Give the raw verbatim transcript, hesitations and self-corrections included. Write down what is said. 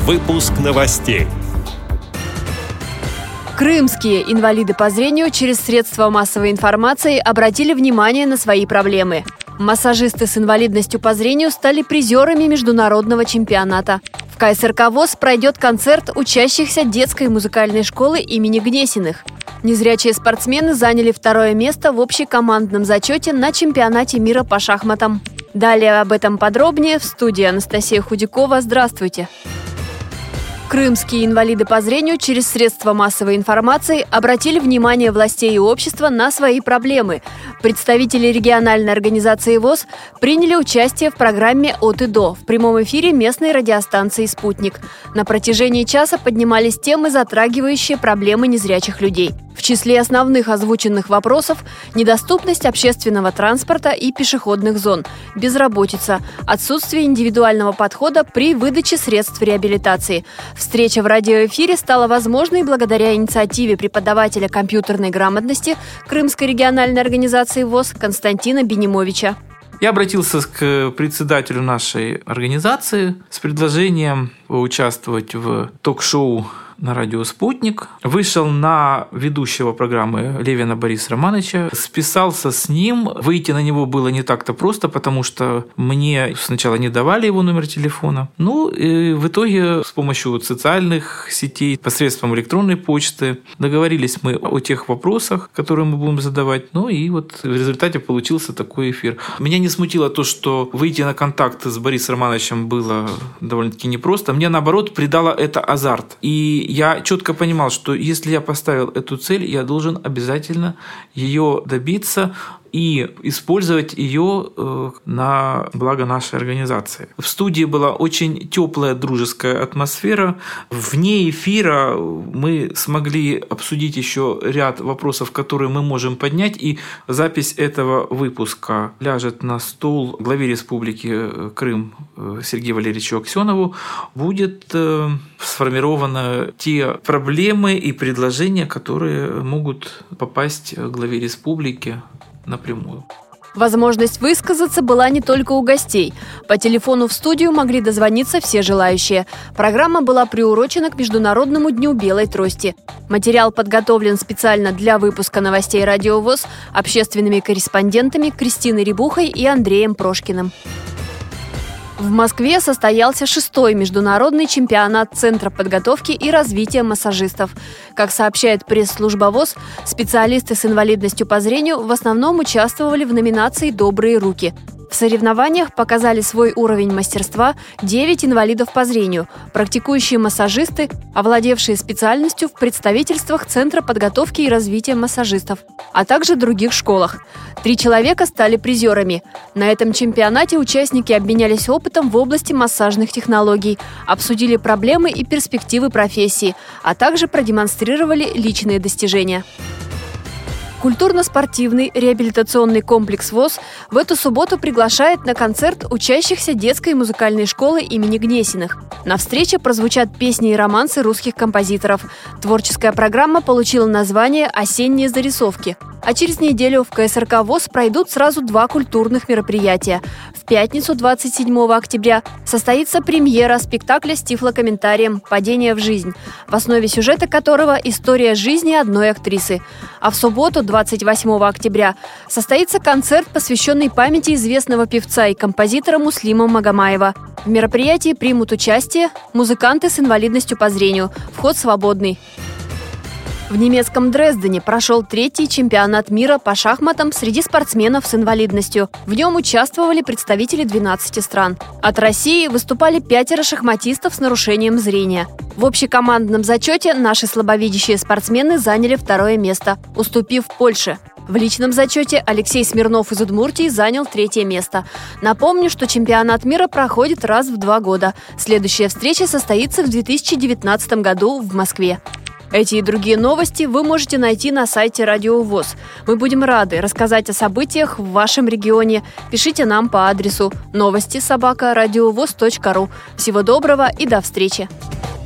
Выпуск новостей. Крымские инвалиды по зрению через средства массовой информации обратили внимание на свои проблемы. Массажисты с инвалидностью по зрению стали призерами международного чемпионата. В ка эс эр ка ВОС пройдет концерт учащихся детской музыкальной школы имени Гнесиных. Незрячие спортсмены заняли второе место в общекомандном зачете на чемпионате мира по шахматам. Далее об этом подробнее в студии Анастасия Худякова. Здравствуйте! Крымские инвалиды по зрению через средства массовой информации обратили внимание властей и общества на свои проблемы. Представители региональной организации ВОС приняли участие в программе «От и до» в прямом эфире местной радиостанции «Спутник». На протяжении часа поднимались темы, затрагивающие проблемы незрячих людей. В числе основных озвученных вопросов – недоступность общественного транспорта и пешеходных зон, безработица, отсутствие индивидуального подхода при выдаче средств реабилитации. Встреча в радиоэфире стала возможной благодаря инициативе преподавателя компьютерной грамотности Крымской региональной организации ВОС Константина Бенимовича. Я обратился к председателю нашей организации с предложением поучаствовать в ток-шоу на радио «Спутник». Вышел на ведущего программы Левина Бориса Романовича, списался с ним. Выйти на него было не так-то просто, потому что мне сначала не давали его номер телефона. Ну, и в итоге с помощью социальных сетей, посредством электронной почты договорились мы о тех вопросах, которые мы будем задавать. Ну и вот в результате получился такой эфир. Меня не смутило то, что выйти на контакт с Борисом Романовичем было довольно-таки непросто. Мне, наоборот, придало это азарт. И я четко понимал, что если я поставил эту цель, я должен обязательно ее добиться и использовать ее на благо нашей организации. В студии была очень теплая дружеская атмосфера. Вне эфира мы смогли обсудить еще ряд вопросов, которые мы можем поднять, и запись этого выпуска ляжет на стол главе Республики Крым Сергею Валерьевичу Аксенову. Будет сформированы те проблемы и предложения, которые могут попасть к главе республики напрямую. Возможность высказаться была не только у гостей. По телефону в студию могли дозвониться все желающие. Программа была приурочена к Международному дню белой трости. Материал подготовлен специально для выпуска новостей Радио ВОС общественными корреспондентами Кристиной Рябухой и Андреем Прошкиным. В Москве состоялся шестой международный чемпионат Центра подготовки и развития массажистов. Как сообщает пресс-служба ВОС, специалисты с инвалидностью по зрению в основном участвовали в номинации «Добрые руки». В соревнованиях показали свой уровень мастерства девять инвалидов по зрению, практикующие массажисты, овладевшие специальностью в представительствах Центра подготовки и развития массажистов, а также других школах. Три человека стали призерами. На этом чемпионате участники обменялись опытом в области массажных технологий, обсудили проблемы и перспективы профессии, а также продемонстрировали личные достижения. Культурно-спортивный реабилитационный комплекс ВОС в эту субботу приглашает на концерт учащихся детской музыкальной школы имени Гнесиных. На встрече прозвучат песни и романсы русских композиторов. Творческая программа получила название «Осенние зарисовки». А через неделю в ка эс эр ка ВОС пройдут сразу два культурных мероприятия. В пятницу, двадцать седьмого октября, состоится премьера спектакля с тифлокомментарием «Падение в жизнь», в основе сюжета которого история жизни одной актрисы. А в субботу, двадцать восьмого октября, состоится концерт, посвященный памяти известного певца и композитора Муслима Магомаева. В мероприятии примут участие музыканты с инвалидностью по зрению. Вход свободный. В немецком Дрездене прошел третий чемпионат мира по шахматам среди спортсменов с инвалидностью. В нем участвовали представители двенадцати стран. От России выступали пятеро шахматистов с нарушением зрения. В общекомандном зачете наши слабовидящие спортсмены заняли второе место, уступив Польше. В личном зачете Алексей Смирнов из Удмуртии занял третье место. Напомню, что чемпионат мира проходит раз в два года. Следующая встреча состоится в две тысячи девятнадцатом году в Москве. Эти и другие новости вы можете найти на сайте Радио ВОС. Мы будем рады рассказать о событиях в вашем регионе. Пишите нам по адресу новости собака радиовос точка ру. Всего доброго и до встречи!